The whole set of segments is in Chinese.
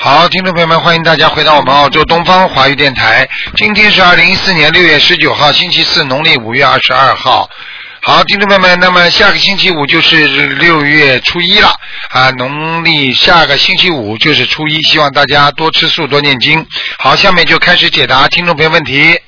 好，听众朋友们，欢迎大家回到我们澳洲东方华语电台。今天是2014年6月19号，星期四，农历5月22号。好，听众朋友们，那么下个星期五就是6月初一了啊，农历下个星期五就是初一，希望大家多吃素，多念经。好，下面就开始解答听众朋友问题。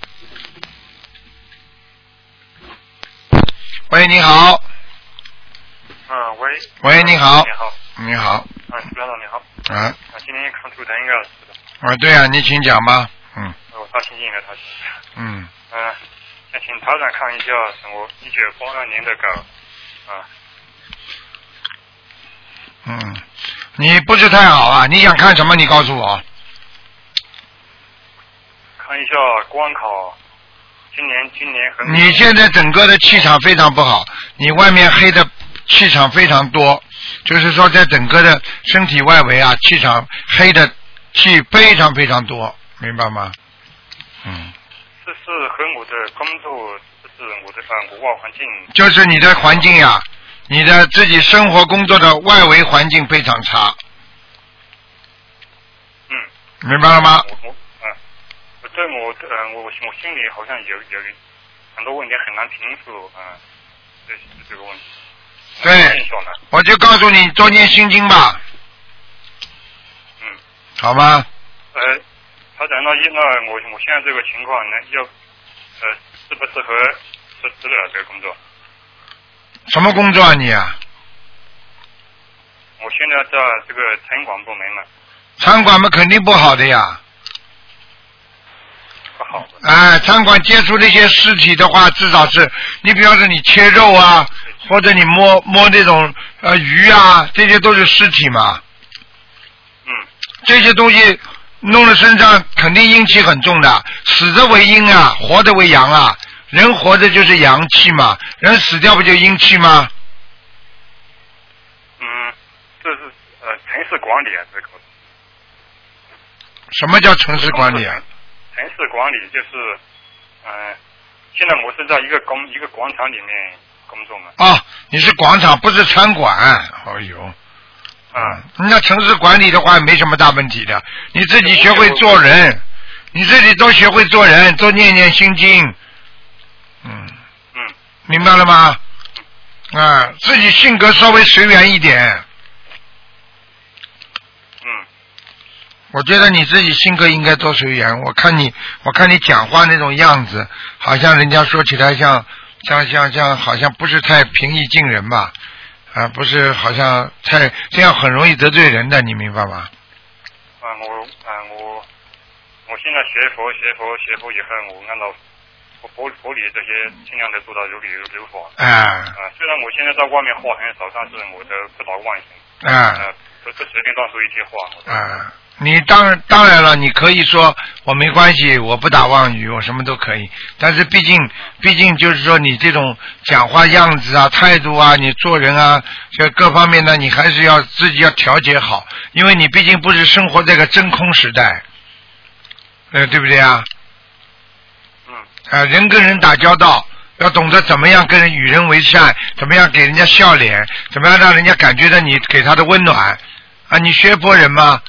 喂，你好。 喂。 喂，你好。 你好。 你好。 徐校长你好。 啊。 今天看图腾应该是的。 啊，对啊，你请讲吧。 我发信息应该他是。 想请台长看一下我1982年的狗。 你不是太好啊，你想看什么？你告诉我。 看一下关考，今年很。 你现在整个的气场非常不好，你外面黑的气场非常多，就是说在整个的身体外围啊，气场黑的气非常非常多，明白吗？ 这是和我的工作，这是我的国外环境。 就是你的环境呀，你的自己生活工作的外围环境非常差。明白了吗？ 我心里好像有很多问题很难平复这个问题。 对，我就告诉你多念心经吧。好吗？ 台长，那我现在这个情况呢，适不适合辞了这个工作？ 什么工作啊你啊？ 我现在在这个餐馆部门嘛。 餐馆嘛肯定不好的呀。 不好的。 餐馆接触那些尸体的话，至少是你比方说你切肉啊，或者你摸那种鱼啊，这些都是尸体嘛。这些东西弄了身上肯定阴气很重的，死的为阴啊，活的为阳啊。人活着就是阳气嘛，人死掉不就阴气吗？ 这是城市管理啊，这个。 什么叫城市管理啊？ 城市管理就是，现在我是在一个广场里面工作嘛。 你是广场，不是餐馆。哎呦。那城市管理的话没什么大问题的，你自己学会做人，你自己都学会做人，多念念心经。明白了吗？自己性格稍微随缘一点。我觉得你自己性格应该多随缘。我看你讲话那种样子，好像人家说起来像好像不是太平易近人吧。不是，好像这样很容易得罪人的，你明白吗？ 我现在学佛以后，我按照佛理这些尽量的做到如理如法。虽然我现在在外面话很少，但是我都不打妄想。不随便乱说一句话。 你当然了，你可以说我没关系，我不打妄语，我什么都可以。但是毕竟就是说你这种讲话样子啊、态度啊、你做人啊，这各方面呢，你还是要自己要调节好，因为你毕竟不是生活在个真空时代，对不对啊？人跟人打交道，要懂得怎么样跟人与人为善，怎么样给人家笑脸，怎么样让人家感觉到你给他的温暖你学佛人吗？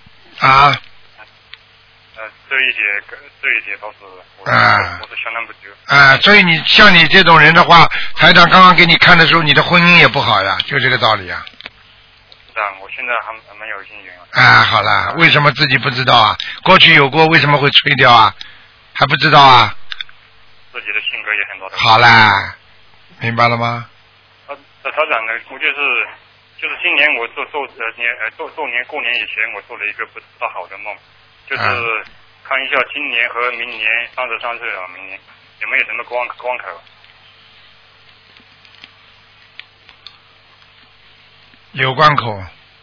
这一点倒是我是相当不久。 所以像你这种人的话，台长刚刚给你看的时候，你的婚姻也不好呀，就这个道理啊。 是啊，我现在还没有姻缘。 好了，为什么自己不知道啊？过去有过，为什么会吹掉啊？还不知道啊？ 自己的性格也很大的。 好啦，明白了吗？ 台长呢，我就是今年我过年以前，我做了一个不大好的梦，就是看一下今年和明年33岁了，明年有没有什么关口？ 有关口。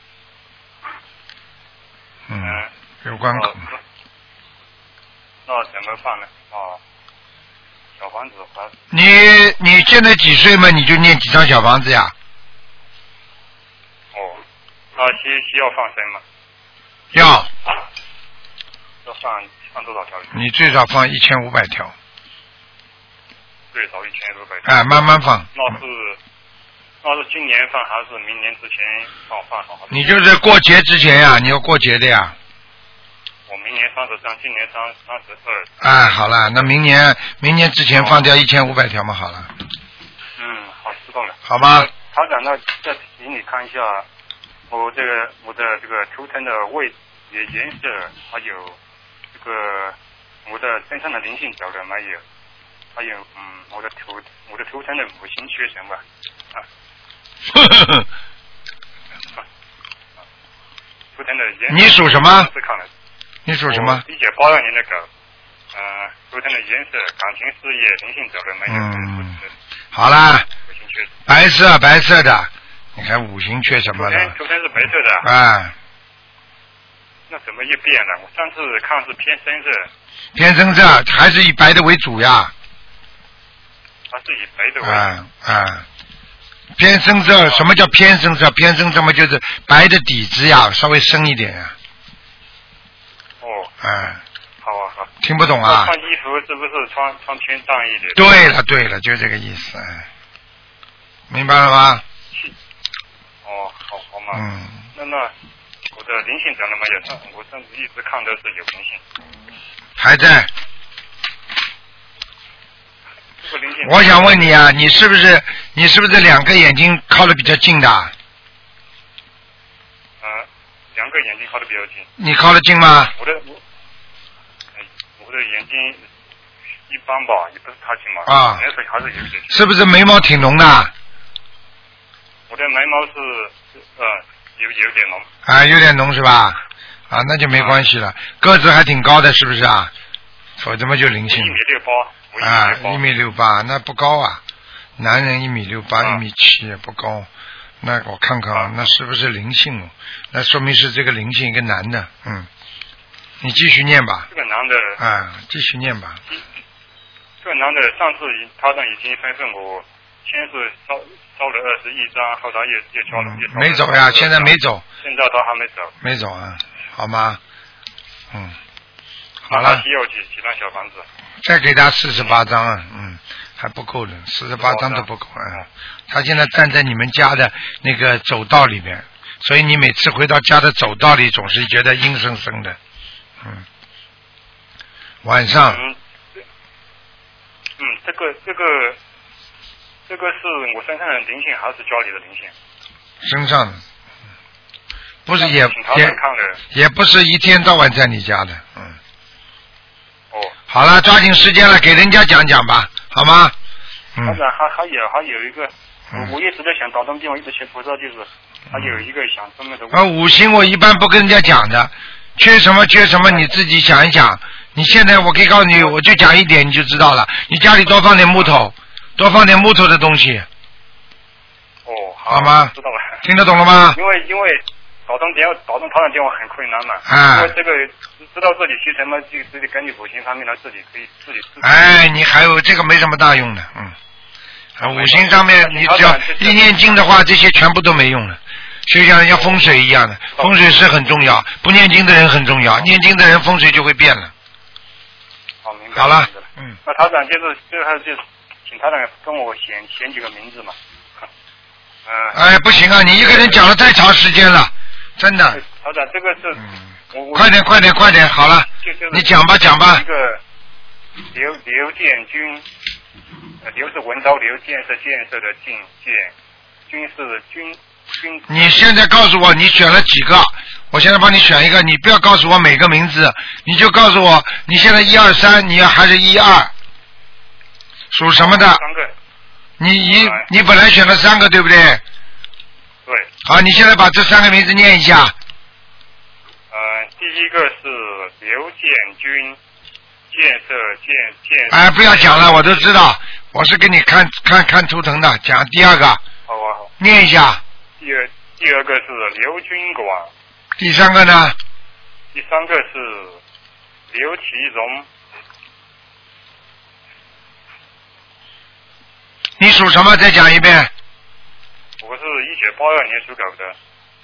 有关口。 那怎么办呢？小房子你现在几岁嘛？你就念几张小房子呀？ 需要放生吗？ 要放多少条？ 你最少放1500条。 最少1500条。 慢慢放。 那是今年放还是明年之前放好？ 你就是过节之前呀，你要过节的呀。 年33，今年32。 哎，好了，那明年之前放掉1500条嘛，好了。 好，知道了。 好吗？ 台长，那再请你看一下我的这个图腾的颜色，还有这个我的身上的灵性找了没有？还有我的图腾的母亲缺什么？图腾的颜色。 你属什么？你属什么 ？1982年的狗。图腾的颜色、感情、事业、灵性找了没有？ 好啦。白色的，你看五行缺什么了？ 图腾是白色的。 啊。 那怎么又变了？我上次看是偏深色。 偏深色还是以白的为主呀？ 还是以白的为主。 偏深色，什么叫偏深色？偏深色嘛，就是白的底子呀，稍微深一点呀。 好啊，好。 听不懂啊？ 穿衣服是不是穿偏淡一点？ 对了，就这个意思，明白了吗？ 好嘛。那我的灵性讲了没有？我上次一直看都是有灵性。 还在。我想问你啊，你是不是两个眼睛靠得比较近的？ 两个眼睛靠得比较近。 你靠得近吗？ 我的眼睛一般吧，也不是太近嘛。颜色还是有点。 是不是眉毛挺浓的？ 我的眉毛是有点浓。 有点浓是吧？那就没关系了。个子还挺高的，是不是啊？否则嘛就灵性。 1.68米。 1.68米，那不高啊。男人1.68米1.7米也不高。那我看看那是不是灵性？那说明是这个灵性一个男的，你继续念吧。 这个男的。 继续念吧。 这个男的上次他已经吩咐我，先是烧了21张，后来也交了。 没走呀，现在没走。 现在他还没走。 没走啊，好吗？好了。 需要几张小房子？ 再给他48张啊，还不够的，48张都不够啊。他现在站在你们家的那个走道里面，所以你每次回到家的走道里总是觉得阴森森的，晚上。 这个是我身上的灵性还是家里的灵性？ 身上的，不是也不是一天到晚在你家的，好了，抓紧时间了，给人家讲讲吧，好吗？ 还有一个，我一直在想打通电话，一直求菩萨，就是还有一个想这么的。五行我一般不跟人家讲的，缺什么你自己想一想。你现在我可以告诉你，我就讲一点你就知道了。你家里多放点木头，多放点木头的东西。好吗？ 知道了。 听得懂了吗？ 因为打通他的电话很困难嘛。因为这个知道自己缺什么，就自己根据五行方面来自己可以自己。 你还有这个没什么大用的，五行上面你只要一念经的话，这些全部都没用了。就像风水一样的，风水是很重要，不念经的人很重要，念经的人风水就会变了。 明白。 好了。 那台长最后就请台长跟我选几个名字嘛。 不行啊，你一个人讲了太长时间了，真的。 台长，这个是。 快点，好了。你讲吧。 一个刘建军，刘是文刀刘，建是建设的建，军是军。 你现在告诉我你选了几个，我现在帮你选一个，你不要告诉我每个名字，你就告诉我你现在1、2、3，你还是1、2，属什么的？3 个。 你本来选了3个，对不对？ 对。 好，你现在把这3个名字念一下。 第一个是刘建军，建设。 不要讲了，我都知道，我是给你看图腾的，讲第二个。 好。 念一下。 第二个是刘军广。 第3个呢？ 第3个是刘其荣。 你属什么？再讲一遍。 我是1982年属狗的。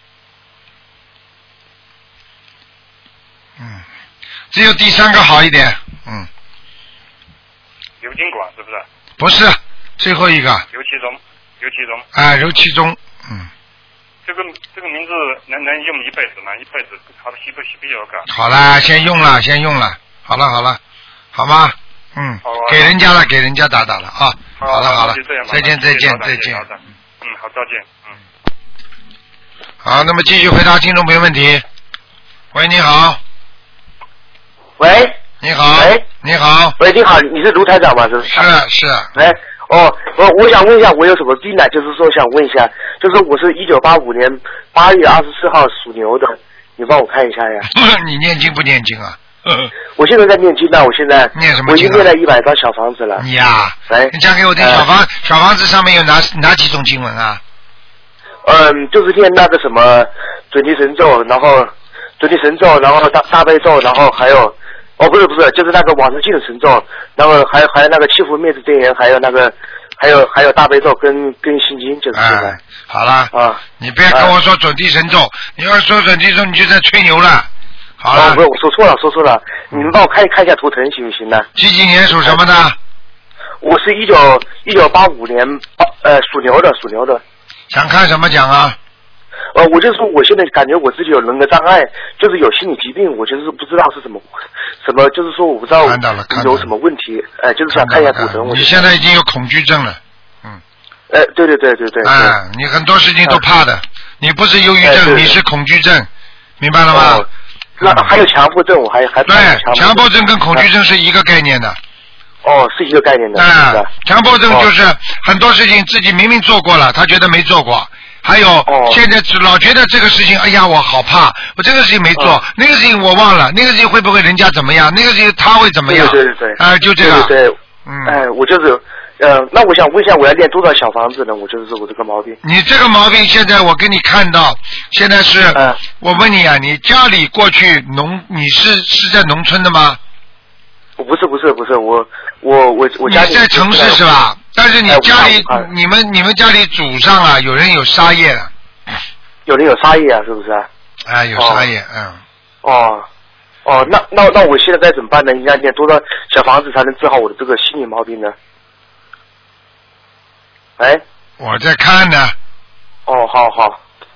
只有第3个好一点。 刘金广是不是？ 不是，最后一个。 刘其荣。 刘其中。 最这个名字能用一辈子吗？一辈子还不需要改？ 好了，先用了。好了，好吗？给人家打了啊。好了，再见。 好的，再见。好，再见。 好，那么继续回答听众朋友问题。喂，你好。 喂。 你好。 喂。 你好。 喂，你好，你是卢台长吗？是。哎，我想问一下，我有什么病呢？就是说想问一下，就是我是1985年8月24号属牛的，你帮我看一下呀。 你念经不念经啊？ 我现在在念经呢，我现在念什么经？ 我已经念了100张小房子了。 你呀？ 哎， 你讲给我听，小房子上面有哪几种经文啊？ 就是念那个什么准提神咒，然后大悲咒，然后还有不是，就是那个往生净土神咒，然后还有那个七佛灭罪真言，还有那个还有大悲咒跟心经，就是这个。 好了啊，你别跟我说准提神咒，你要说准提咒你就在吹牛了。好了， 不是，我说错了，你们帮我看一下图腾行不行呢？ 几年属什么的？ 我是1985年属牛的。 想看什么讲啊？ 我就说我现在感觉我自己有人格障碍，就是有心理疾病，我就是不知道是什么，就是说我不知道有什么问题，就是想看一下图腾。 你现在已经有恐惧症了， 对。 你很多事情都怕的，你不是忧郁症，你是恐惧症，明白了吗？ 那还有强迫症，我还对，强迫症跟恐惧症是一个概念的。 是一个概念的。 强迫症就是很多事情自己明明做过了，他觉得没做过。还有现在老觉得这个事情，哎呀，我好怕，我这个事情没做，那个事情我忘了，那个事情会不会人家怎么样？那个事情他会怎么样？ 对。 就这个。 对。我就是。那我想问一下，我要练多少小房子呢？我就是我这个毛病。 你这个毛病现在我给你看到，现在是，我问你啊，你家里过去你是在农村的吗？ 不是，我家里。 你在城市是吧？但是你家里，你们家里祖上啊，有人有杀业的。 有人有杀业啊，是不是？ 有杀业， 那我现在该怎么办呢？应该念多少小房子才能治好我的这个心理毛病呢？ 我在看呢。 好。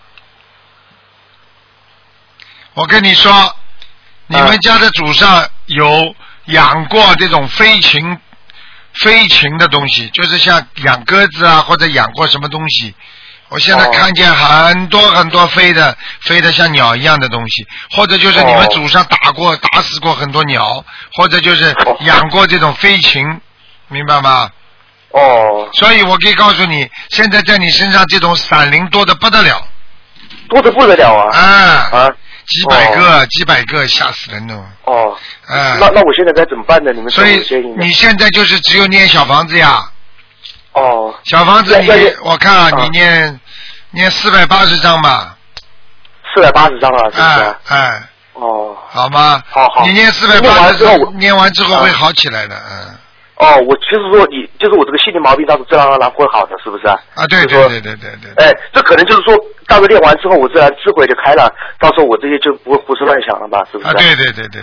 我跟你说，你们家的祖上有养过这种飞禽的东西，就是像养鸽子啊，或者养过什么东西。我现在看见很多飞的像鸟一样的东西，或者就是你们祖上打死过很多鸟，或者就是养过这种飞禽，明白吗？所以我可以告诉你，现在在你身上这种闪灵多得不得了。 多得不得了啊！ 几百个，吓死人了。 那我现在该怎么办呢？你们所以你现在就是只有念小房子呀。小房子我看啊，你念480张吧。 480张啊，是不是？ 好吗？ 好。 你念480张，念完之后会好起来的， 我就是说就是我这个心理毛病，到时候自然而然会好的，是不是？ 对。 这可能就是说，到时候练完之后，我自然智慧就开了，到时候我这些就不会胡思乱想了吧，是不是？ 对。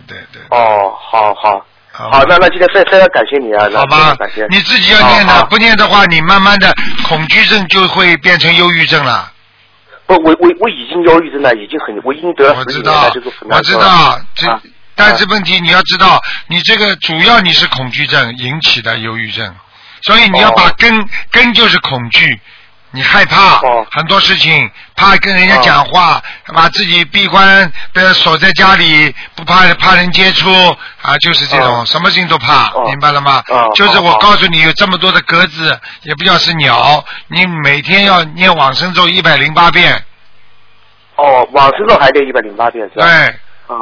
好，那今天非常感谢你啊， 好吧？ 感谢。 你自己要念的，不念的话，你慢慢的恐惧症就会变成忧郁症了。 我已经忧郁症了，我已经得了10年了， 我知道，但是问题你要知道，你这个主要你是恐惧症引起的忧郁症，所以你要把根就是恐惧，你害怕很多事情，怕跟人家讲话，把自己闭关锁在家里，不怕人接触就是这种什么事情都怕，明白了吗？就是我告诉你，有这么多的鸽子，也不叫是鸟，你每天要念往生咒108遍。 往生咒还得108遍是吧？ 对。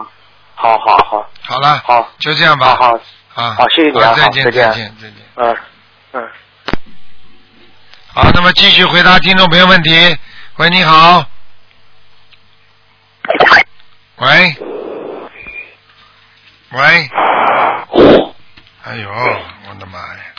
好了，就这样吧。 好，谢谢你啊， 再见。好，那么继续回答听众朋友问题。喂，你好。喂。哎呦，我的妈呀！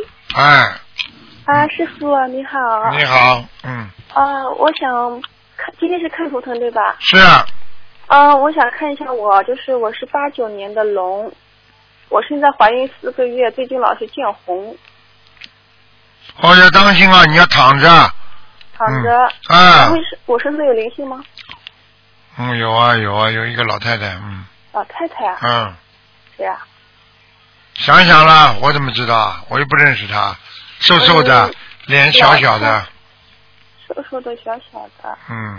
喂。师傅你好。 你好， 我想今天是看图腾对吧？ 是啊。 我想看一下我是89年的龙，我现在怀孕4个月，最近老是见红。 要当心啊！你要躺着， 躺着。 啊。 我身上有灵性吗？ 有啊，有一个老太太， 老太太啊？谁啊？ 想想了，我怎么知道？我又不认识她，瘦瘦的，脸小小的。 瘦瘦的，小小的。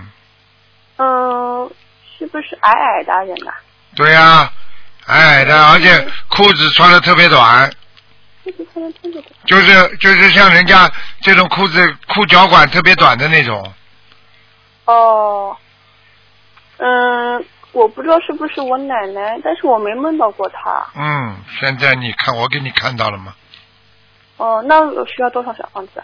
是不是矮矮的人呐？ 对呀，矮矮的，而且裤子穿的特别短。 裤子穿的特别短。 就是像人家这种裤子裤脚管特别短的那种。 我不知道是不是我奶奶，但是我没梦到过她。 现在你看我给你看到了吗？ 那我需要多少小房子啊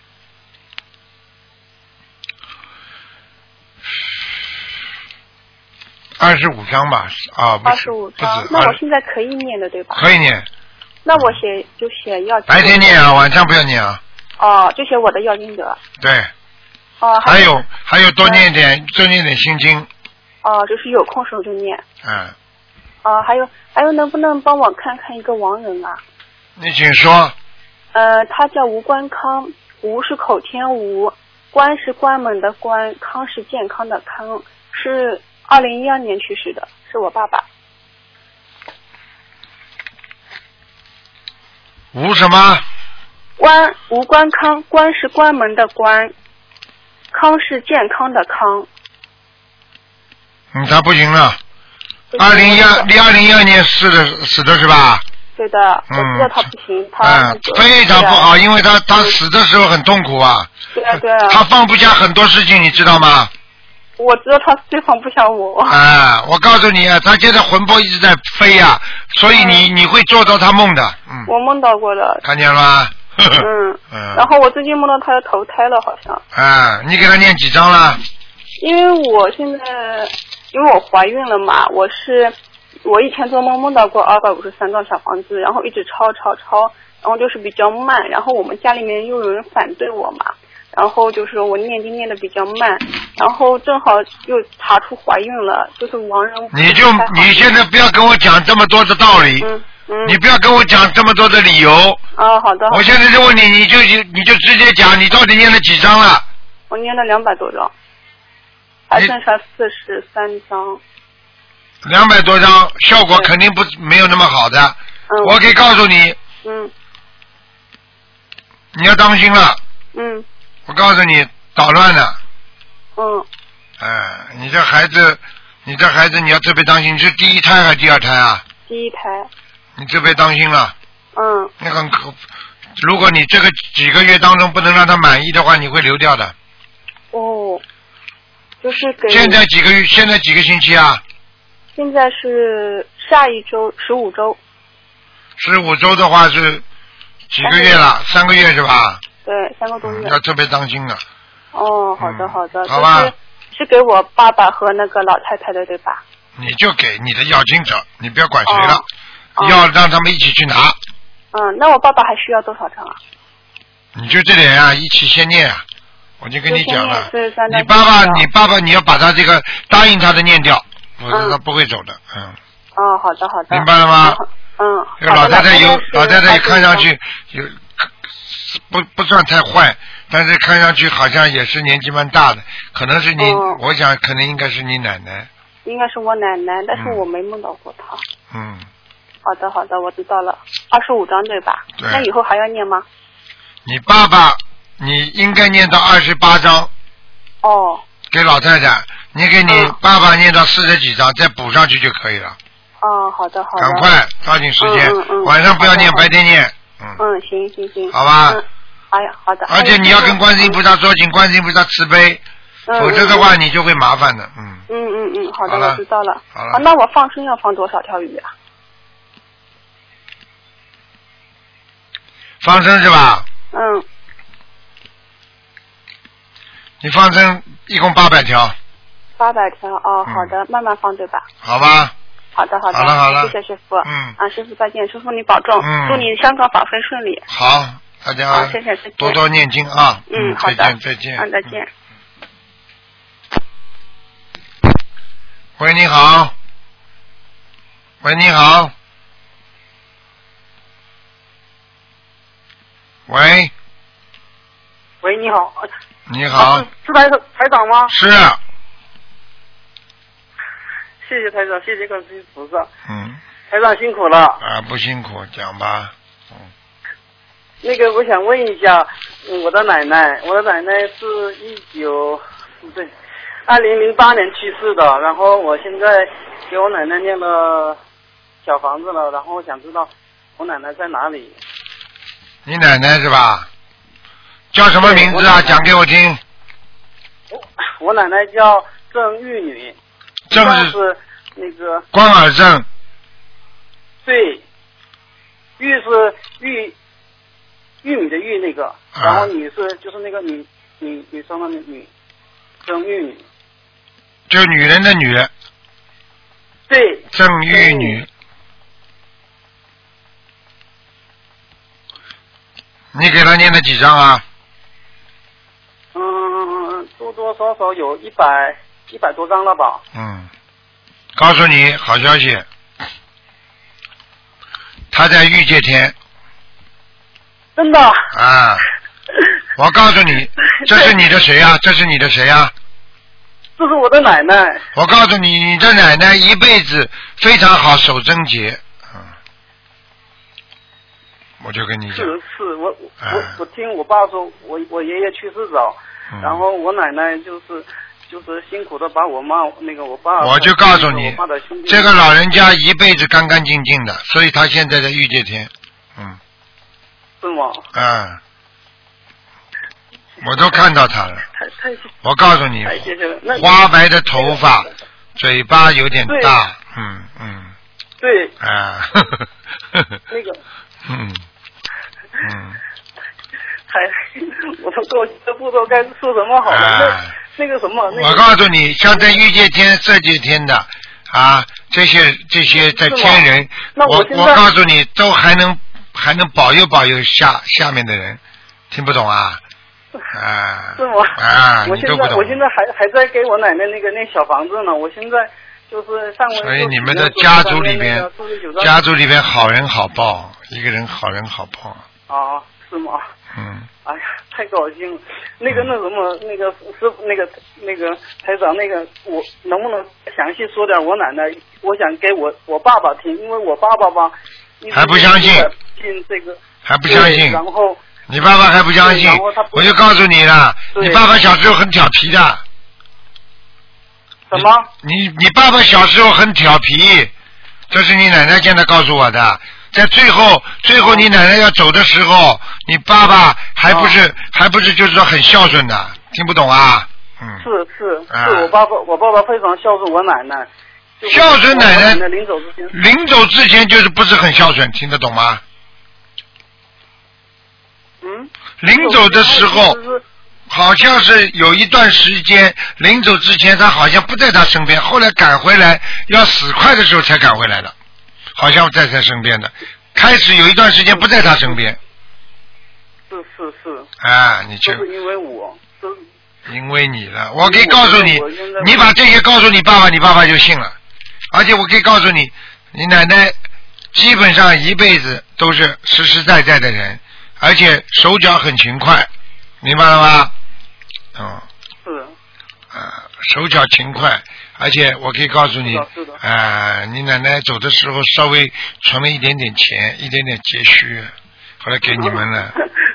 ？25张吧。不是。 25张。那我现在可以念的对吧？ 可以念。 那我就写要。 白天念啊，晚上不要念啊。 就写我的要经者。 对。还有多念点心经。 就是有空时候就念。还有能不能帮我看看一个亡人啊？ 你请说。 他叫吴关康，吴是口天吴，关是关门的关，康是健康的康，是2012年去世的，是我爸爸。 吴什么？ 吴关康，关是关门的关，康是健康的康。 他不行了。2012年死的是吧？ 对的，我知道他不行，他非常不好，因为他死的时候很痛苦啊。 对啊。 他放不下很多事情，你知道吗？ 我知道他最放不下我。 我告诉你啊，他现在魂魄一直在飞啊，所以你会做到他梦的。 我梦到过的。 看见了吗？ 然后我最近梦到他要投胎了，好像。 你给他念几张了？ 因为我怀孕了嘛，我以前做梦梦到过253张小房子，然后一直抄，然后就是比较慢，然后我们家里面又有人反对我嘛，然后就是我念经念的比较慢，然后正好又查出怀孕了，就是亡人。 你现在不要跟我讲这么多的道理，你不要跟我讲这么多的理由。 好的。 我现在就问你，你就直接讲，你到底念了几张了？ 我念了200多张，还剩下43张。 200多张，效果肯定没有那么好的。我可以告诉你。你要当心了。我告诉你，捣乱了。你这孩子你要特别当心，你是第一胎还是第二胎啊？ 第一胎。 你特别当心了。你如果你这个几个月当中不能让他满意的话，你会流掉的。 就是现在几个星期啊？ 现在是下一周15周。 15周的话是几个月了？3个月是吧？ 对，3个多月。 要特别当心了。 好的。 好吧。 是给我爸爸和那个老太太的对吧？ 你就给你的要经者，你不要管谁了，要让他们一起去拿。 那我爸爸还需要多少张啊？ 你就这点啊，一起先念啊。我就跟你讲了，你爸爸你要把他这个答应他的念掉，否则他不会走的。 好的。 明白了吗？这个老太太看上去不算太坏，但是看上去好像也是年纪蛮大的，可能是你，我想可能应该是你奶奶。 应该是我奶奶，但是我没梦到过她。好的，我知道了。25张对吧？ 对。 那以后还要念吗？ 你爸爸。你应该念到28章。给老太太，你给你爸爸念到40几章，再补上去就可以了。 好的。 赶快抓紧时间，晚上不要念，白天念。 行。 好吧。 好的。 而且你要跟观世音菩萨说，请观世音菩萨慈悲，否则的话你就会麻烦的。 好的，我知道了。 好了。 那我放生要放多少条鱼啊？ 放生是吧？你放生一共800条。 800条好的，慢慢放对吧？ 好吧。 好的。 好了。 谢谢师傅。师傅再见，师傅你保重。祝你香港法会顺利。 好，大家谢谢多多念经啊。 好的。 再见。 再见。 喂，你好。喂，你好。 喂，你好。 你好。 是台长吗？ 是。 谢谢台长，谢谢观世音菩萨。台长辛苦了。 啊，不辛苦，讲吧。 那个，我想问一下，我的奶奶是2008年去世的，然后我现在给我奶奶念了小房子了，然后我想知道我奶奶在哪里。 你奶奶是吧？叫什么名字啊？讲给我听。 我奶奶叫郑玉女。 郑是那个关尔郑。 对，玉是玉米的玉那个，然后女是就是那个女生的女，郑玉女。 就女人的女。 对。 郑玉女。你给她念了几张啊？ 多多少少有100多张了吧。 告诉你好消息，他在御界天。 真的？ 啊！我告诉你，这是你的谁啊？这是你的谁啊？ 这是我的奶奶。 我告诉你，你的奶奶一辈子非常好守贞洁。我就跟你讲。 是，我听我爸说，我爷爷去世早，然后我奶奶就是辛苦的把我妈我爸。 我就告诉你，这个老人家一辈子干干净净的，所以他现在在御界天。 是吗？ 我都看到他了。我告诉你，花白的头发，嘴巴有点大。 对。 那个。 我都不知道该说什么好了。那个什么， 我告诉你，像在御界天、色界天的这些在天人，我告诉你，都还能保佑下面的人，听不懂啊？ 是吗？我现在还在给我奶奶那小房子呢。我现在就是上文。 所以你们的家族里边好人好报，一个人好人好报。 是吗？哎呀，太高兴了。那个师傅那个台长我能不能详细说点我奶奶？我想给我爸爸听，因为我爸爸吧还不相信这个， 还不相信。 然后你爸爸还不相信，我就告诉你了，你爸爸小时候很调皮的。 什么？ 你爸爸小时候很调皮，这是你奶奶现在告诉我的。在最后你奶奶要走的时候，你爸爸还不是就是说很孝顺的，听不懂啊？ 是我爸爸非常孝顺我奶奶。 孝顺奶奶临走之前就是不是很孝顺，听得懂吗？临走的时候好像是有一段时间，临走之前他好像不在他身边，后来赶回来要死快的时候才赶回来的，好像在他身边的，开始有一段时间不在他身边。 是。 你就就是因为我。 因为你了，我可以告诉你，你把这些告诉你爸爸，你爸爸就信了。而且我可以告诉你，你奶奶基本上一辈子都是实实在在的人，而且手脚很勤快，明白了吗？ 是。 手脚勤快，而且我可以告诉你，你奶奶走的时候稍微存了一点点钱，一点点积蓄，后来给你们了。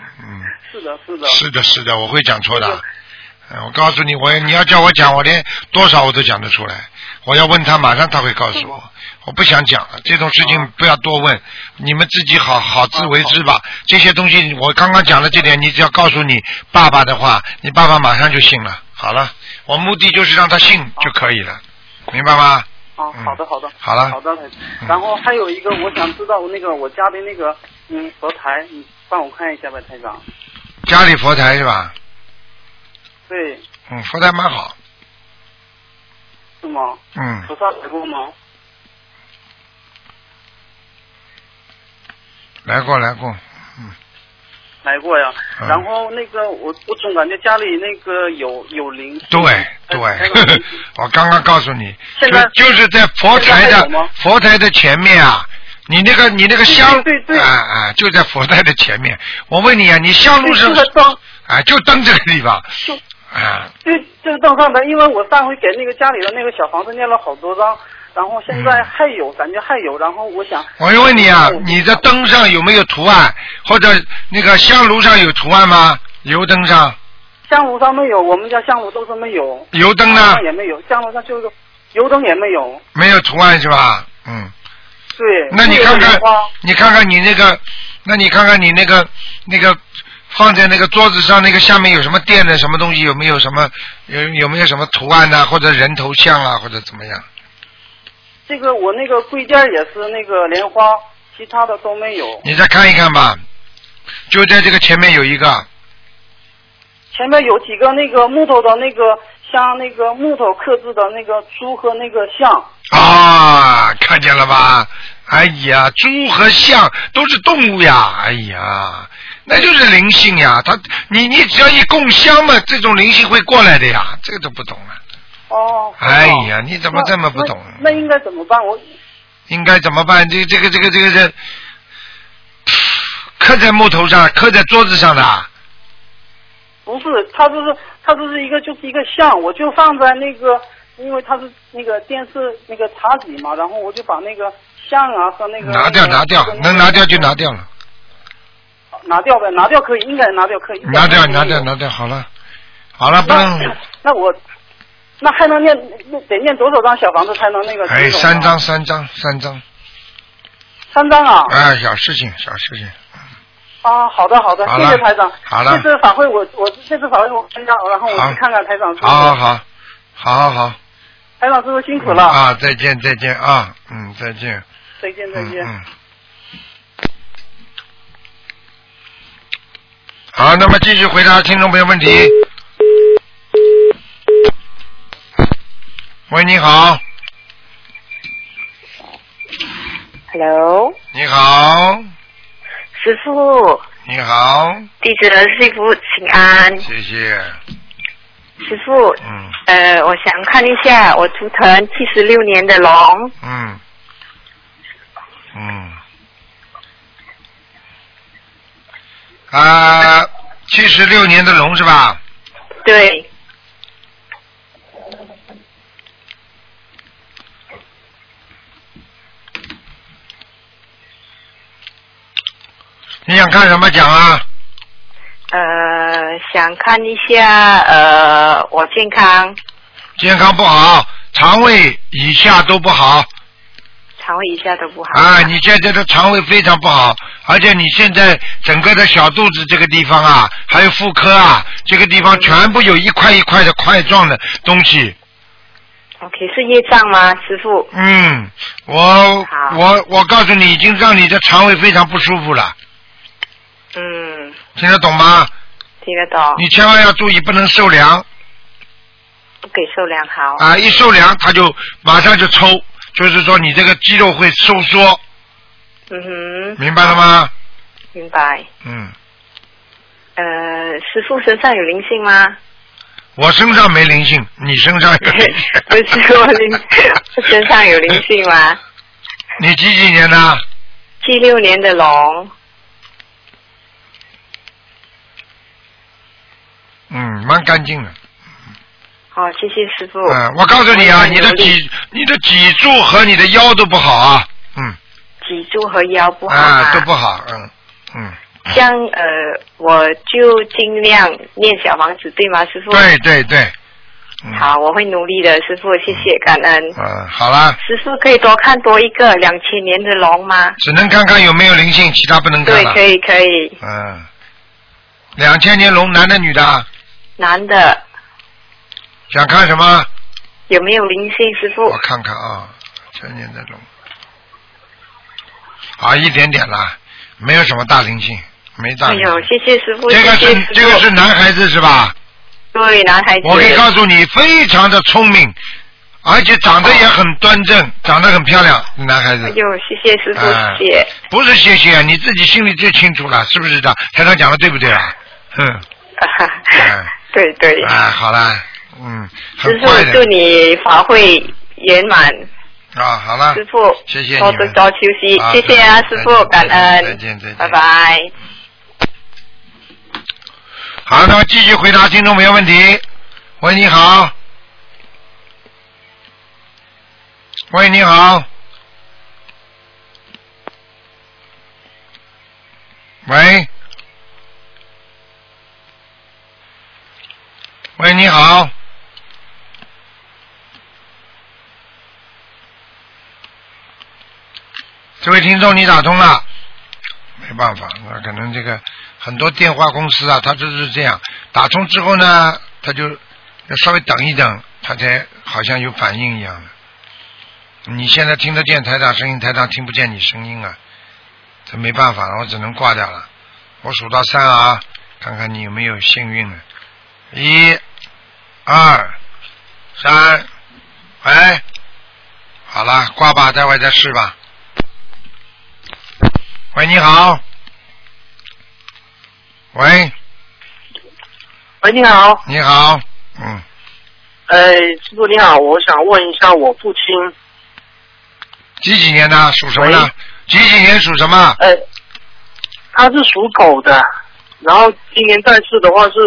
是的，我会讲错的。我告诉你，你要叫我讲，我连多少我都讲得出来。我要问他，马上他会告诉我。我不想讲了，这种事情不要多问，你们自己好自为之吧。这些东西我刚刚讲的这点，你只要告诉你爸爸的话，你爸爸马上就信了。好了，我目的就是让他信就可以了，明白吗？ 好的。 好了。 好的。然后还有一个，我想知道我家的佛台，你帮我看一下吧，台长。 家里佛台是吧？ 对。 佛台蛮好。 是吗？菩萨来过吗？ 来过。 来过呀。然后我总感觉家里有灵。 对，我刚刚告诉你，就是在佛台的前面啊。你那个香， 对， 就在佛台的前面。我问你啊，你香炉是啊，就登这个地方。 啊。就登上的，因为我上回给那个家里的那个小房子念了好多张，然后现在还有，感觉还有，然后我想。 我问你啊，你的灯上有没有图案，或者那个香炉上有图案吗？油灯上。 香炉上没有，我们家香炉都是没有。 油灯呢？ 也没有，香炉上就是油灯也没有。 没有图案是吧？嗯。 对。 那你看看，你看看你那个，那你看看你那个放在那个桌子上那个下面有什么垫的什么东西？有没有什么有没有什么图案呢？或者人头像啊，或者怎么样？ 这个我那个柜件也是那个莲花，其他的都没有。 你再看一看吧，就在这个前面有一个。 前面有几个那个木头的那个像那个木头刻制的那个猪和那个象。 啊，看见了吧？哎呀，猪和象都是动物呀！哎呀，那就是灵性呀。你只要一供香嘛，这种灵性会过来的呀。这个都不懂啊。 哦。 哎呀，你怎么这么不懂？ 那应该怎么办？我应该怎么办？这刻在木头上，刻在桌子上的。 不是，它就是一个像，我就放在那个，因为它是那个电视那个茶几嘛，然后我就把那个像啊和那个拿掉，能拿掉就拿掉了。 拿掉呗，拿掉可以，应该拿掉可以。 拿掉，好了，不能。 那还能得念多少张小房子才能那个？ 哎，3张。3 张啊！ 哎，小事情。 啊，好的，谢谢台长。 好了。 这次法会我参加，然后我去看看台长是不是。 好。 台长师傅辛苦了。 啊，再见啊，再见。 再见。 好，那么继续回答听众朋友问题。喂，你好。 Hello。 你好。 师父。 你好。 弟子的师父请安。 谢谢。 师父。我想看一下我图腾76年的龙。 76年的龙是吧？ 对。 你想看什么讲啊？ 想看一下我健康。 健康不好，肠胃以下都不好。 肠胃以下都不好。 啊，你现在的肠胃非常不好，而且你现在整个的小肚子这个地方啊，还有妇科啊，这个地方全部有一块一块的块状的东西。 OK， 是业障吗，师父？ 我告诉你，已经让你的肠胃非常不舒服了。听得懂吗？ 听得懂。 你千万要注意，不能受凉。 不给受凉好。 啊，一受凉它就马上就抽，就是说你这个肌肉会收缩。明白了吗？ 明白。师父身上有灵性吗？ 我身上没灵性，你身上有灵性。 不是我身上有灵性吗？ 你几年的 ？76年的龙。 蛮干净的。 好，谢谢师父。 我告诉你啊，你的脊柱和你的腰都不好啊。 脊柱和腰不好啊。 都不好。 这样我就尽量念小房子，对吗，师父？ 对。 好，我会努力的，师父，谢谢，感恩。 好了。 师父可以多看多一个2000年的龙吗？ 只能看看有没有灵性，其他不能看了。 对，可以。 2000年龙，男的女的？ 男的。 想看什么？ 有没有灵性，师父？ 我看看啊，2000年的龙。一点点啦，没有什么大灵性，没大灵性。 谢谢师父。 这个是男孩子是吧？ 对，男孩子。 我可以告诉你，非常的聪明，而且长得也很端正，长得很漂亮，男孩子。 谢谢师父，谢谢。 不是谢谢，你自己心里最清楚了，是不是的？台长讲的对不对啊？ 对。 好了。 师父祝你法会圆满。 好了。 师父， 谢谢你。 多多休息，谢谢啊，师父，感恩。 再见。 拜拜。 好，那么继续回答听众朋友问题。喂，你好。喂，你好。喂。喂，你好。这位听众，你打通了。没办法，那可能这个很多电话公司啊，它就是这样，打通之后呢，他就要稍微等一等，他才好像有反应一样的。你现在听得见台长声音，台长听不见你声音啊，这没办法了，我只能挂掉了。我数到3啊，看看你有没有幸运呢。1、2、3，喂，好了，挂吧，待会儿再试吧。喂，你好。喂。 喂，你好。 你好。 师傅你好，我想问一下我父亲。 几年的？属什么的？几年属什么？ 他是属狗的，然后今年在世的话是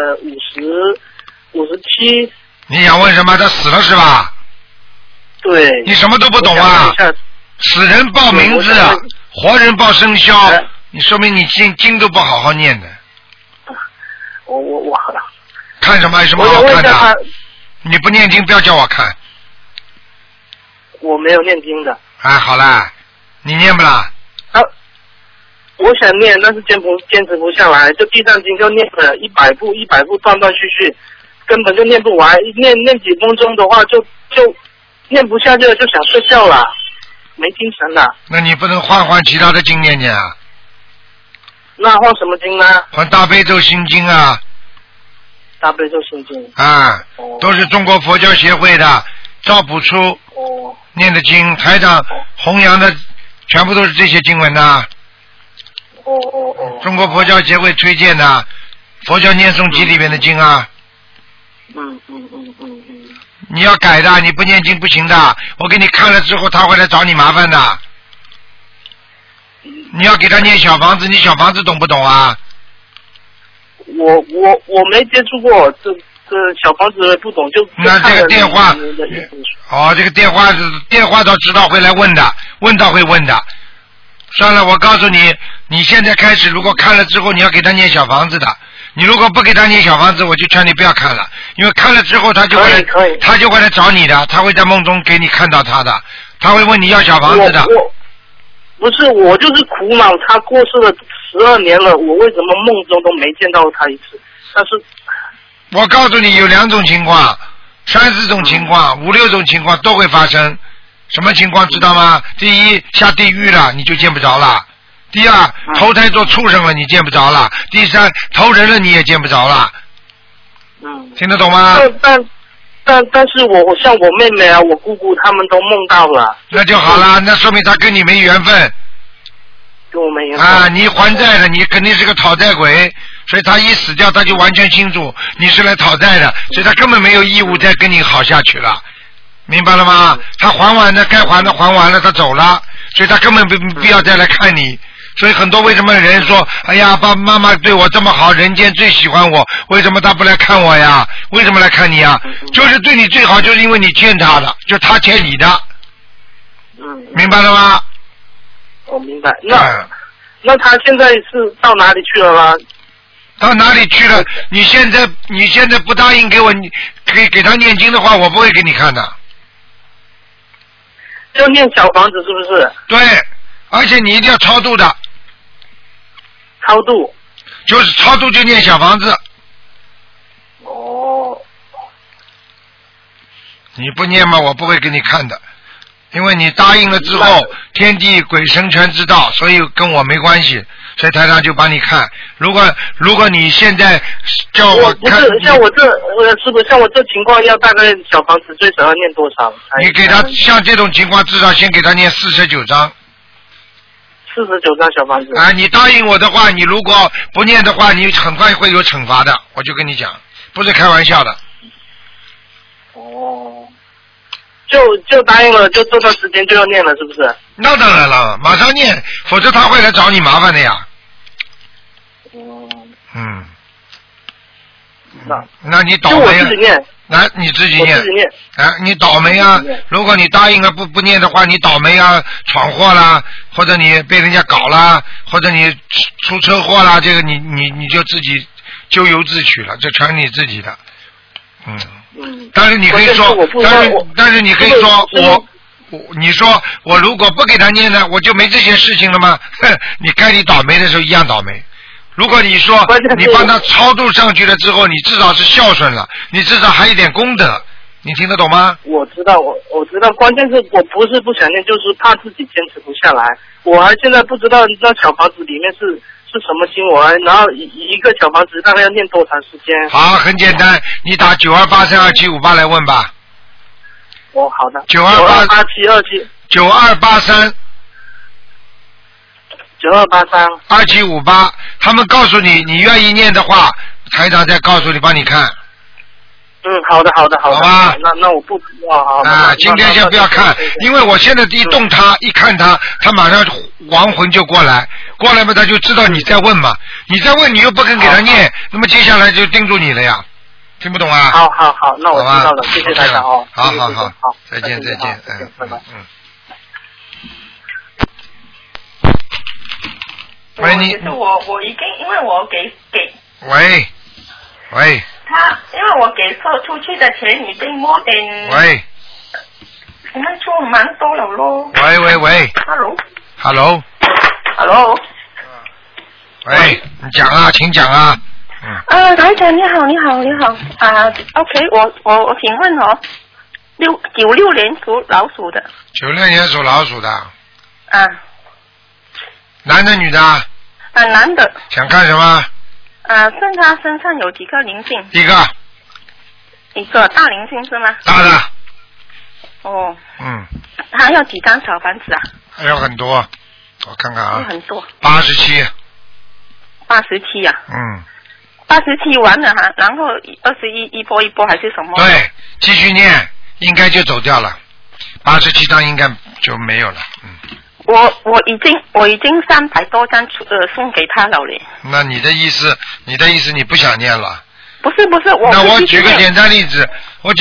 57。 你想问什么？他死了是吧？ 对。 你什么都不懂啊？死人报名字，活人报生肖，你说明你经都不好好念的。 我看什么？有什么好看的？你不念经，不要叫我看。 我没有念经的。 好啦，你念不啦？ 我想念，但是坚持不下来，就地藏经就念了100部断断续续，根本就念不完。念几分钟的话就念不下去了，就想睡觉了。没精神了。 那你不能换其他的经念念啊？ 那换什么经呢？ 换大悲咒心经啊。 大悲咒心经。 都是中国佛教协会的赵朴初念的经，台长弘扬的全部都是这些经文的。中国佛教协会推荐的佛教念诵集里面的经啊。你要改的，你不念经不行的。我给你看了之后，他会来找你麻烦的。你要给他念小房子，你小房子懂不懂啊？ 我没接触过，这小房子不懂就。 那这个电话，这个电话都知道会来问的，问到会问的。算了，我告诉你，你现在开始，如果看了之后，你要给他念小房子的。你如果不给他念小房子，我就劝你不要看了，因为看了之后他就会来找你的，他会在梦中给你看到他的，他会问你要小房子的。 不是，我就是苦恼，他过世了12年了，我为什么梦中都没见到他一次？但是， 我告诉你有2种情况，3、4种情况，5、6种情况都会发生。什么情况知道吗？第一，下地狱了你就见不着了。第二，投胎做畜生了你见不着了。第三，投人了你也见不着了。听得懂吗？ 但是我像我妹妹啊，我姑姑他们都梦到了。 那就好了，那说明他跟你没缘分。 跟我没缘分。 你还债的，你肯定是个讨债鬼，所以他一死掉他就完全清楚你是来讨债的，所以他根本没有义务再跟你好下去了。明白了吗？他还完的，该还的还完了，他走了，所以他根本不必要再来看你。所以很多为什么人说，哎呀，爸爸妈妈对我这么好，人间最喜欢我，为什么他不来看我呀？为什么来看你啊？就是对你最好，就是因为你欠他的，就他欠你的。明白了吗？ 我明白。那他现在是到哪里去了吗？ 到哪里去了？你现在不答应给我，你给他念经的话，我不会给你看的。 就念小房子是不是？ 对，而且你一定要超度的。 超度？ 就是超度就念小房子。你不念嘛，我不会给你看的，因为你答应了之后，天地鬼神全知道，所以跟我没关系。所以台上就帮你看。如果你现在叫我看， 不是像我这师傅，像我这情况要大概小房子最少要念多少？ 你给他像这种情况，至少先给他念49章。 49张小房子。 你答应我的话，你如果不念的话，你很快会有惩罚的。我就跟你讲，不是开玩笑的。 就答应了，就这段时间就要念了，是不是？ 那当然了，马上念，否则他会来找你麻烦的呀。 那你倒霉。 我自己念。 你自己念。 我自己念。 你倒霉啊！如果你答应了不念的话，你倒霉啊，闯祸啦，或者你被人家搞啦，或者你出车祸啦，这个你就自己咎由自取了，这全是你自己的。但是你可以说，但是你可以说你说我如果不给他念呢，我就没这些事情了吗？你该你倒霉的时候一样倒霉。如果你说你帮他超度上去了之后，你至少是孝顺了，你至少还有一点功德，你听得懂吗？ 我知道，我知道，关键是我不是不想念，就是怕自己坚持不下来。我还现在不知道那小房子里面是什么经文，然后一个小房子大概要念多长时间？ 好，很简单，你打92832758来问吧。 好的。 928727。9283。 9283。 他们告诉你，你愿意念的话，台长再告诉你，帮你看。 好的。好吧。 那我不好。 今天先不要看，因为我现在一动他，一看他马上亡魂就过来嘛，他就知道你在问嘛，你在问你又不肯给他念，那么接下来就盯住你了呀，听不懂啊？ 好，那我知道了，谢谢台长哦。 好，再见， 拜拜。 喂，你就是我已经因为我给喂， 他因为我给出去的钱已经more than 喂， 我们出蛮多了咯。 喂 hello 喂，你讲啊，请讲啊。 台长你好OK， 我请问96年属老鼠的。 96年属老鼠的。男的女的？ 男的。 想看什么？ 他身上有几个灵性？一个大灵性是吗？ 大的。 他要几张小房子啊？ 还有很多，我看看啊。 很多。 87 呀。87完了哈，然后21一波还是什么？ 对，继续念，应该就走掉了。87张应该就没有了。 我已经300多张送给他了嘞。 那你的意思你不想念了？ 不是我。 那我举个简单例子，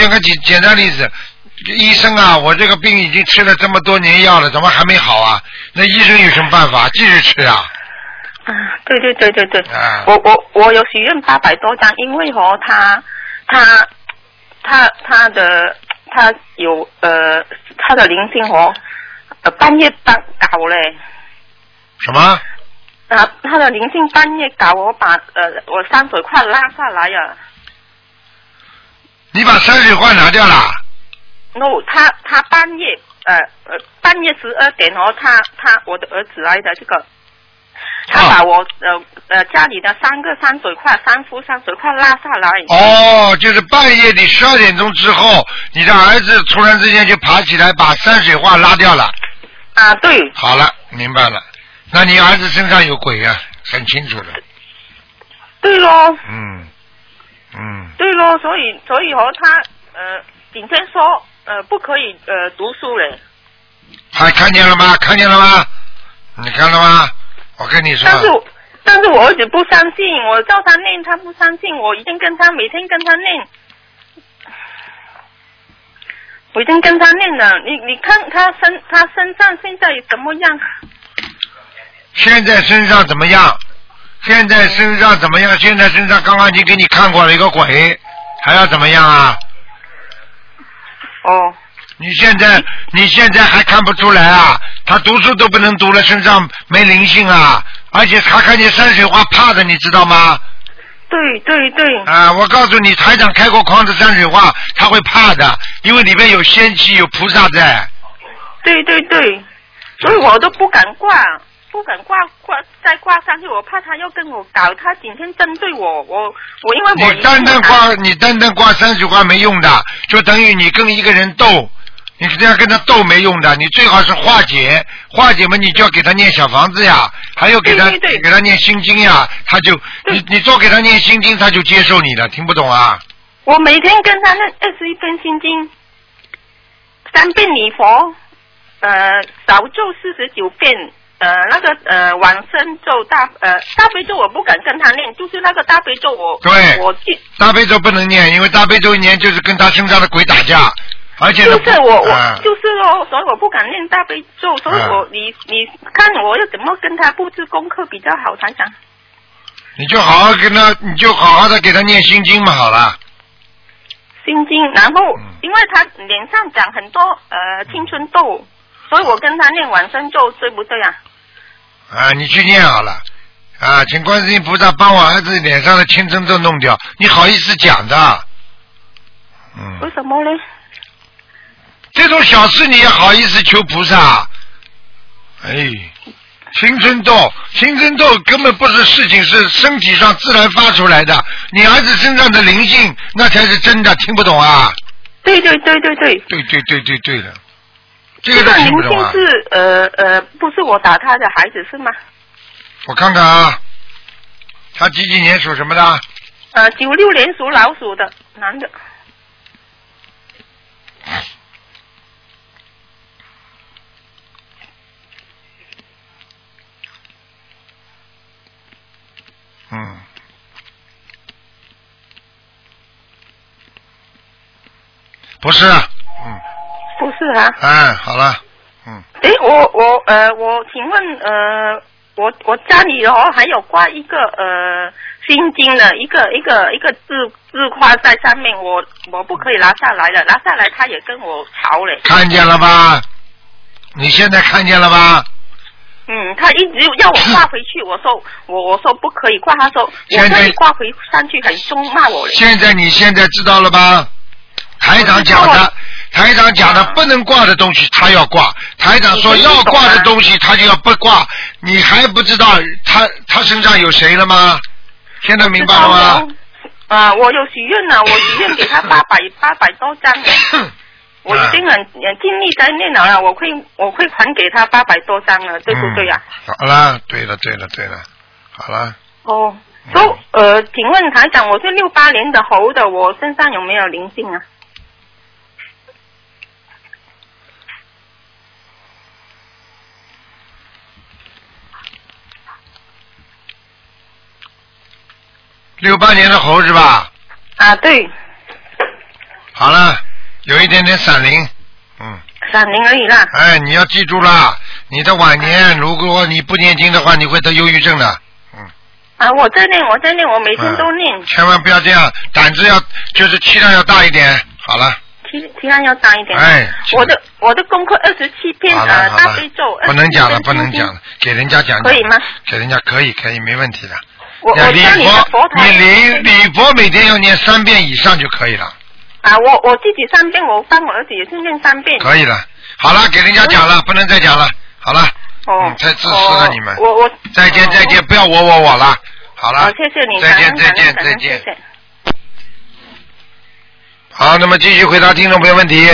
医生啊，我这个病已经吃了这么多年药了，怎么还没好啊？那医生有什么办法？继续吃啊。 对。我有许愿800多张，因为他有他的灵性半夜搞嘞。 什么？ 他的灵性半夜搞我把我山水画拉下来呀。 你把山水画拿掉了 ？No， 他半夜12点我的儿子来的这个。他把我家里的3个山水画，3幅山水画拉下来。 就是半夜的12点钟之后，你的儿子突然之间就爬起来把山水画拉掉了。 对。 好了，明白了。那你儿子身上有鬼啊，很清楚的。 对咯。 对咯，所以他今天说不可以读书嘞。 看见了吗？你看了吗？我跟你说。 但是我儿子不相信，我叫他念，他不相信。我已经每天跟他念，我已经跟他念了。你看他身上现在怎么样？ 现在身上怎么样？现在身上刚刚已经给你看过了一个鬼，还要怎么样啊？你现在还看不出来啊？他读书都不能读了，身上没灵性啊！而且他看见山水画怕的，你知道吗？ 对。 我告诉你，台长开过框的山水画，他会怕的，因为里面有仙气，有菩萨在。 对，所以我都不敢挂再挂上去，我怕他要跟我搞，他今天针对我因为我你单单挂山水画没用的，就等于你跟一个人斗。你这样跟他斗没用的，你最好是化解嘛，你就要给他念小房子呀，还有给他念心经呀，他就你多给他念心经，他就接受你了，听不懂啊？ 我每天跟他念21遍心经，3遍礼佛，少咒49遍， 那个往生咒大悲咒我不敢跟他念，就是那个大悲咒我大悲咒不能念，因为大悲咒一念就是跟他身上的鬼打架，而且就是就是咯，所以我不敢念大悲咒，所以你看我要怎么跟他布置功课比较好，台长？ 你就好好的给他念心经嘛，好了。 心经，然后因为他脸上长很多青春痘，所以我跟他念往生咒，对不对啊？ 你去念好了请观世音菩萨帮我儿子脸上的青春痘弄掉，你好意思讲的？ 为什么呢？ 这种小事你也好意思求菩萨？青春痘根本不是事情，是身体上自然发出来的。你儿子身上的灵性，那才是真的，听不懂啊？ 对的。 这个都听不懂啊。 灵性是不是我打他的孩子是吗？ 我看看啊，他几年属什么的 ？96年属老鼠的男的。 不是不是啊。 好了。 我请问我家里还有挂一个心经的一个字画在上面，我不可以拿下来的，拿下来他也跟我吵嘞。 看见了吧？你现在看见了吧？ 他一直要我挂回去，我说不可以挂，他说我可以挂回上去，很凶骂我嘞。 你现在知道了吧？台长讲的不能挂的东西他要挂，台长说要挂的东西他就要不挂，你还不知道他身上有谁了吗？现在明白了吗？我有许愿了，我许愿给他800多张我已经很尽力在念了，我会还给他800多张了，对不对呀？ 好了，对了，好了。 请问台长，我是68年的猴的，我身上有没有灵性啊 ？68年的猴是吧？ 对。 好了，有一点点闪灵。 闪灵而已啦。 你要记住啦，你的晚年如果你不念经的话，你会得忧郁症的。 我在念，我每天都念。 千万不要这样，胆子就是气量要大一点。好了。 气量要大一点。我的功课27篇大悲咒。 不能讲了，给人家讲。 可以吗？ 给人家可以，没问题的。 我家里的佛台。 你礼佛每天要念3遍以上就可以了。 我自己3遍，我帮我儿子也是念3遍。 可以了，好了，给人家讲了，不能再讲了，好了。太自私了你们。再见，不要我了。好了。 谢谢你。 再见。好，那么继续回答听众朋友问题。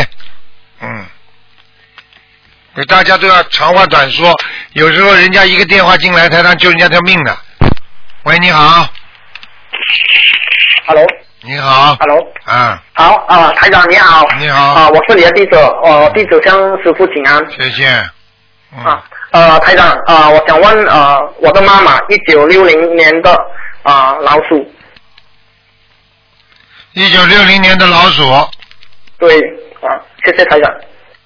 大家都要长话短说，有时候人家一个电话进来，台上救人家条命的。喂，你好。 Hello。 你好。 Hello。 好台长你好。 你好。 我是你的弟子，弟子向师父请安。 谢谢。 台长我想问我的妈妈1960年的老鼠。 1960年的老鼠。 对谢谢台长。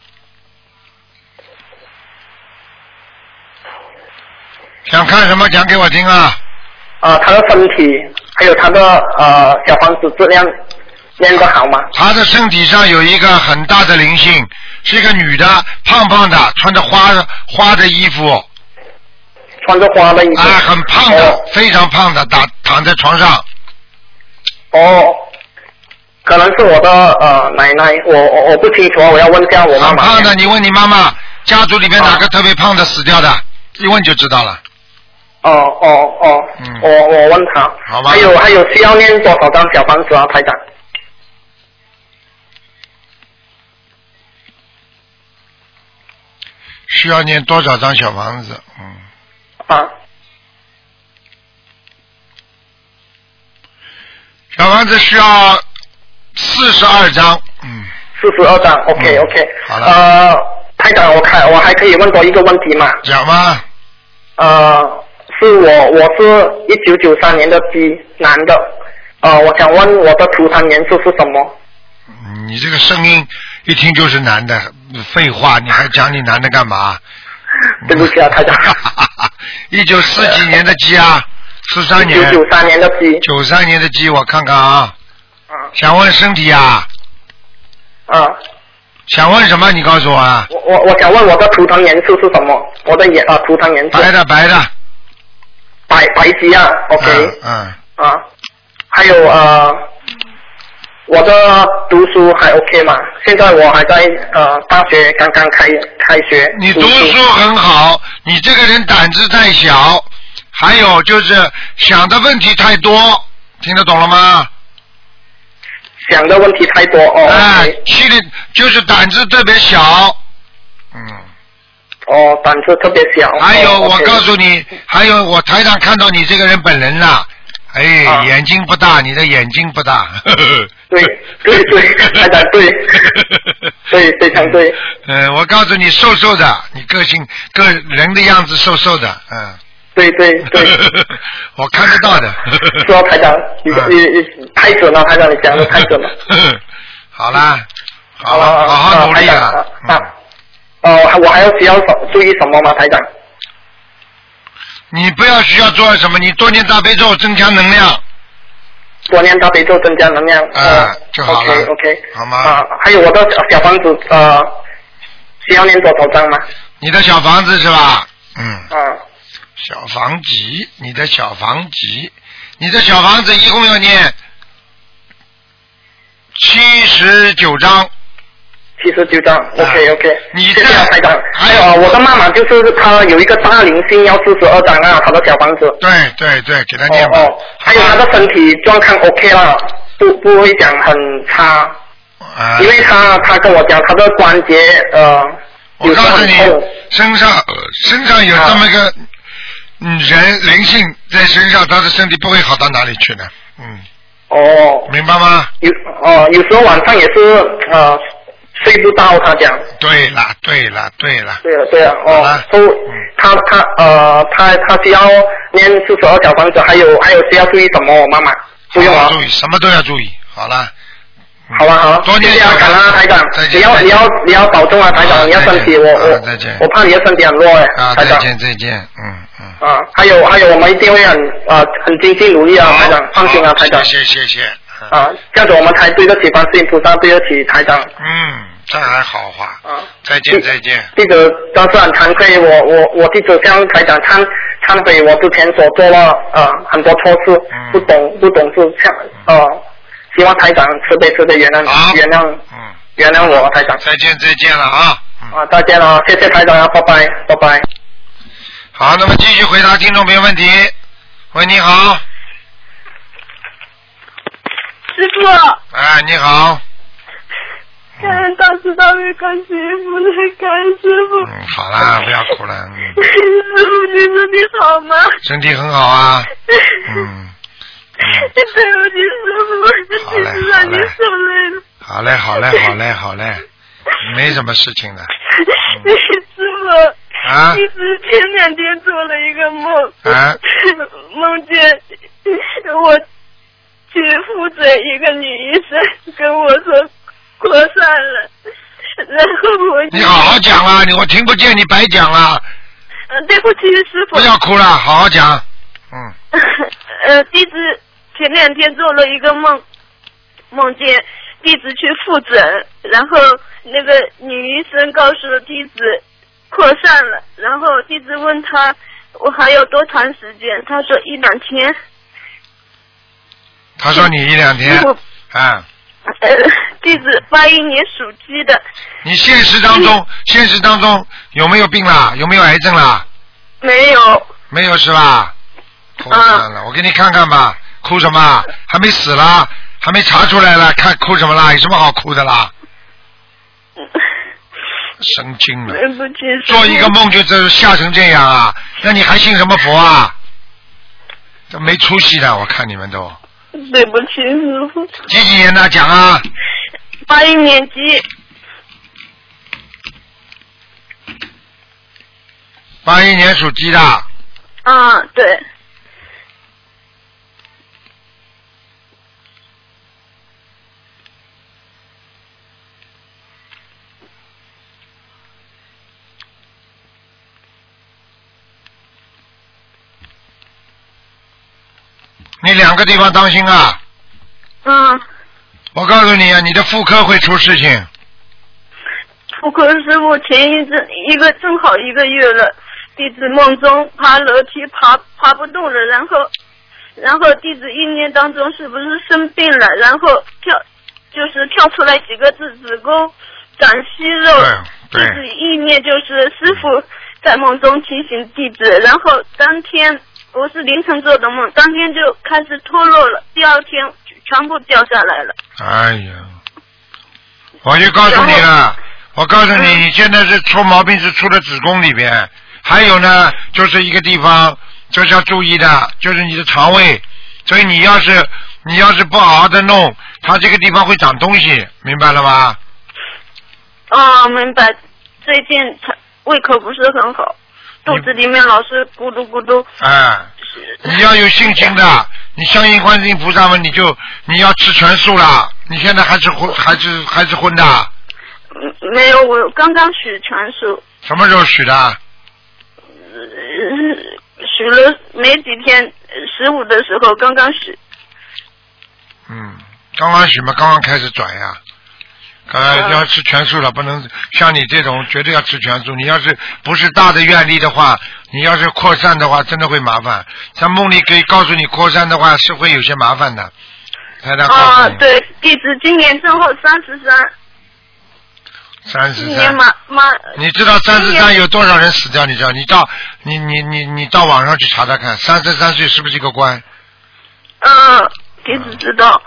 想看什么讲给我听啊？ 她的身体还有她的小房子质量念得好吗？ 她的身体上有一个很大的灵性，是一个女的，胖胖的，穿着花的衣服。 穿着花的衣服。 很胖的，非常胖的，躺在床上。 可能是我的奶奶，我不清楚，我要问一下我妈妈。 很胖的，你问你妈妈，家族里面哪个特别胖的死掉的？一问就知道了。 我问他。 好吧。 还有需要念多少张小房子啊，台长？ 需要念多少张小房子？小房子需要42张。 42张 ，OK。 好了。 台长，我还可以问多一个问题吗？ 讲吧。 是我是1993年的鸡，男的。我想问我的图腾颜色是什么？ 你这个声音一听就是男的，废话，你还讲你男的干嘛？ 对不起啊，台长。 1940几年的鸡啊，43年。 1993年的鸡。 93年的鸡，我看看啊。想问身体啊？想问什么？你告诉我啊。 我想问我的图腾颜色是什么？我的图腾颜色。 白的。 白鸡啊 ，OK。还有我的读书还 OK 吗？现在我还在大学刚刚开学。 你读书很好，你这个人胆子太小，还有就是想的问题太多，听得懂了吗？ 想的问题太多气力就是胆子特别小。 胆子特别小。 还有我告诉你，还有我台上看到你这个人本人了。眼睛不大，你的眼睛不大。 对，台长对，非常对。 我告诉你，瘦瘦的，你个人的样子瘦瘦的， 对。 我看得到的。 说台长，你太准了，台长你讲的太准了。 好啦，好好努力了。 我还需要注意什么吗，台长？ 你不要需要做什么，你多念大悲咒增强能量。 多念大悲咒增加能量。 就好了。 OK， 好吗？ 还有我的小房子需要念多少张吗？ 你的小房子是吧？小房集，你的小房子一共要念79张。 79张 ，OK。 你谢谢台长。还有我的妈妈就是她有一个大灵性要42张啊，她的小房子。 对，给她念吧。 还有她的身体状况 OK 了，不会讲很差。因为她跟我讲她的关节我告诉你，身上有这么一个人灵性在身上，她的身体不会好到哪里去的。明白吗？ 有时候晚上也是睡不到，他讲。对了。他需要念42小房子，还有需要注意什么？我妈妈不用啊。 注意，什么都要注意。好了。 好， 多念谢谢啊，感恩台长。你要保重啊，台长，你要身体，我怕你的身体很弱台长。 再见。 还有我们一定会很精进努力啊，台长，放心啊，台长。 谢谢。 这样子我们才对得起观世音菩萨，对得起台长。 这还好话。再见。 弟子当时很惭愧，我弟子向台长忏悔，我之前所做了很多错事，不懂事，希望台长慈悲原谅我，台长。 再见了啊。 再见了，谢谢台长啊，拜拜。 好，那么继续回答听众朋友问题。喂，你好。 师傅。 你好。 感恩大慈大悲观世音菩萨，感恩师傅。 好啦，不要哭了。 师傅，你身体好吗？ 身体很好啊。 对不起，师傅，弟子让你受累了。 好嘞，没什么事情的。 师傅，弟子前2天做了一个梦，梦见我去复诊，一个女医生跟我说扩散了，然后你好好讲啊，我听不见，你白讲了。 对不起，师傅。 不要哭了，好好讲。 弟子前2天做了一个梦，梦见弟子去复诊，然后那个女医生告诉了弟子扩散了，然后弟子问他我还有多长时间，他说1-2天。 他说你1-2天。 弟子81年属鸡的。 你现实当中有没有病啦？有没有癌症啦？ 没有。 没有是吧？哭了，我给你看看吧。哭什么？还没死啦，还没查出来了，看哭什么啦？有什么好哭的啦？神经了。做一个梦就吓成这样啊？那你还信什么佛啊？都没出息的，我看你们都。 对不起，师傅。 几年的讲啊 ？81年鸡。 81年属鸡的。 啊，对。 你2个地方当心啊！ 嗯。 我告诉你啊，你的妇科会出事情。 妇科师傅前正好1个月了，弟子梦中爬楼梯爬不动了，然后弟子意念当中是不是生病了？然后跳出来几个字，子宫长息肉。弟子意念就是师傅在梦中提醒弟子，然后当天我是凌晨做的梦，当天就开始脱落了，第2天全部掉下来了。 哎呀，我就告诉你了。我告诉你，你现在是出毛病是出的子宫里边，还有呢，就是一个地方，就是要注意的，就是你的肠胃。所以你要是不好好的弄，它这个地方会长东西，明白了吗？ 哦，明白。最近胃口不是很好，肚子里面老是咕嘟咕嘟。 哎，你要有信心的，你相信观世音菩萨嘛，你要吃全素了。你现在还是荤的。 没有，我刚刚许全素。 什么时候许的？ 许了没几天，15的时候刚刚许。 刚刚许嘛，刚刚开始转呀。要吃全素了，不能像你这种绝对要吃全素。你要是不是大的愿力的话，你要是扩散的话，真的会麻烦。像梦里可以告诉你，扩散的话是会有些麻烦的。 啊，对，弟子今年正好33。 你知道33有多少人死掉？你知道？你到网上去查查看，33岁是不是一个关？ 弟子知道。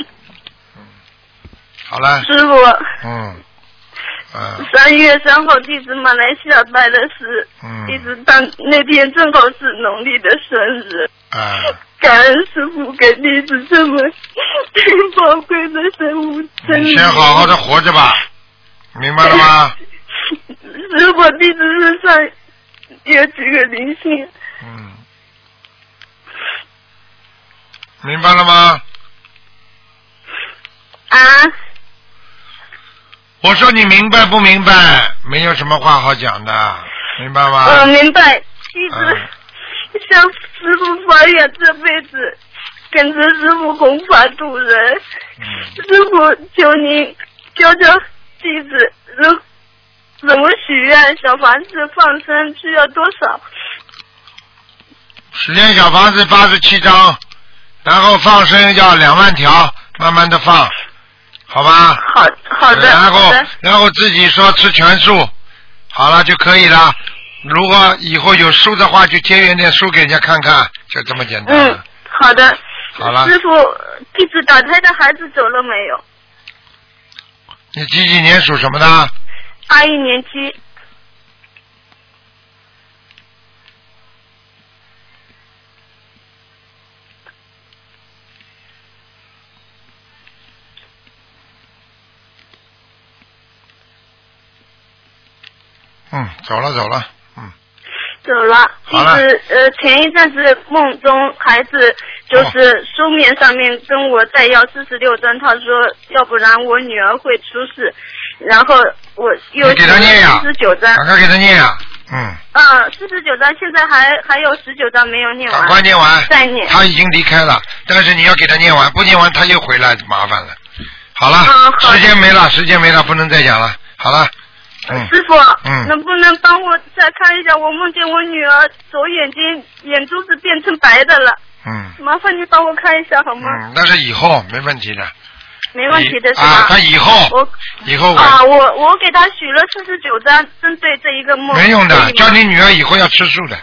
好了。 师傅。3月3号，弟子马来西亚拜的是。弟子那天正好是农历的生日。感恩师傅给弟子这么宝贵的生物真理。 你先好好的活着吧。明白了吗？ 如果弟子身上有几个灵性。 明白了吗？我说你明白不明白？没有什么话好讲的，明白吗？ 明白。弟子向师父发愿，这辈子跟着师父弘法度人。师父，求您教弟子怎么许愿？小房子放生需要多少？ 10间小房子87张，然后放生要2万条，慢慢的放，好吧？ 好的。 然后自己说吃全素，好了就可以了。如果以后有书的话，就结缘点书给人家看看，就这么简单。 好的。 好了。 师父，弟子打胎的孩子走了没有？ 你几年属什么的 ？21年鸡。 走了。 走了。弟子前一阵子梦中孩子就是书面上面跟我再要46张，他说要不然我女儿会出事，然后我又给他念呀 49张， 赶快给他念呀。 49张，现在还有19张没有念完， 赶快念完， 再念。 他已经离开了，但是你要给他念完，不念完他又回来，麻烦了。好了，时间没了，不能再讲了。好了。 师傅，能不能帮我再看一下？我梦见我女儿左眼睛眼珠子变成白的了。麻烦你帮我看一下好吗？ 那是以后没问题的。 没问题的是吧？ 他以后我给他许了49张，针对这一个梦。 没用的，叫你女儿以后要吃素的。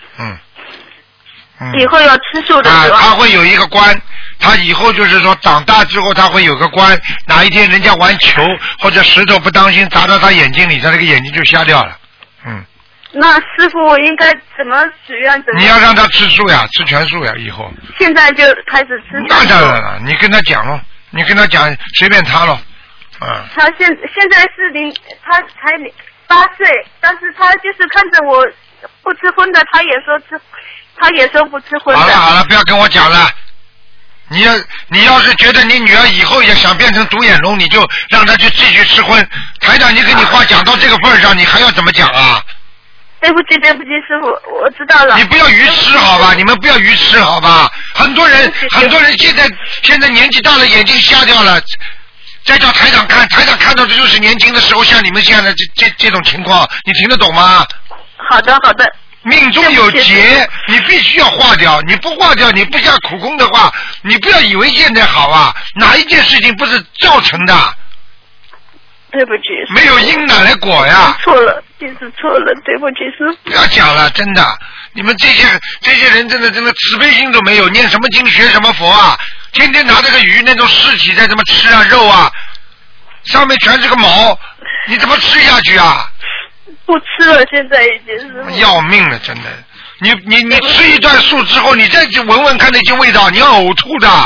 以后要吃素的是吧？ 他会有一个关。他以后就是说长大之后他会有个关，哪一天人家玩球或者石头不当心砸到他眼睛里，他这个眼睛就瞎掉了。 那师傅我应该怎么许愿？ 你要让他吃素呀，吃全素呀，以后。 现在就开始吃全素。 那当然了，你跟他讲咯，你跟他讲随便他咯。 他现在是他才8岁，但是他就是看着我不吃荤的，他也说吃。 他也说不吃荤的。 好了好了，不要跟我讲了。你要是觉得你女儿以后也想变成独眼龙，你就让她去继续吃荤。台长，你跟你话讲到这个份上，你还要怎么讲啊？ 对不起，师傅，我知道了。 你不要愚痴好吧？你们不要愚痴好吧？很多人现在年纪大了，眼睛瞎掉了，再叫台长看，台长看到的就是年轻的时候像你们现在这种情况，你听得懂吗？ 好的。 命中有劫，你必须要化掉。你不化掉，你不下苦功的话，你不要以为现在好啊！哪一件事情不是造成的？ 对不起， 没有因哪来果呀？ 错了，就是错了，对不起，师傅。 不要讲了，真的，你们这些人真的慈悲心都没有，念什么经学什么佛啊？天天拿这个鱼那种尸体在这么吃啊，肉啊，上面全是个毛，你怎么吃下去啊？ 不吃了，现在已经是要命了，真的。你吃一段素之后，你再去闻闻看那些味道，你要呕吐的。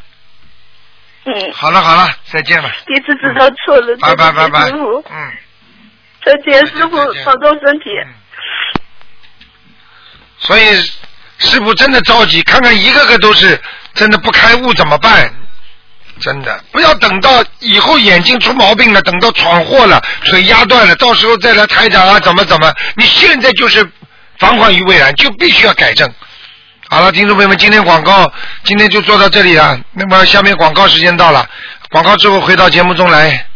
好了，再见了。 第一次知道错了， 拜。 师傅。再见，师傅，保重身体。 所以师傅真的着急，看看一个个都是真的不开悟怎么办？真的不要等到以后眼睛出毛病了，等到闯祸了，腿压断了，到时候再来台长啊，怎么？你现在就是防患于未然，就必须要改正。好了，听众朋友们，今天就做到这里了。那么下面广告时间到了，广告之后回到节目中来。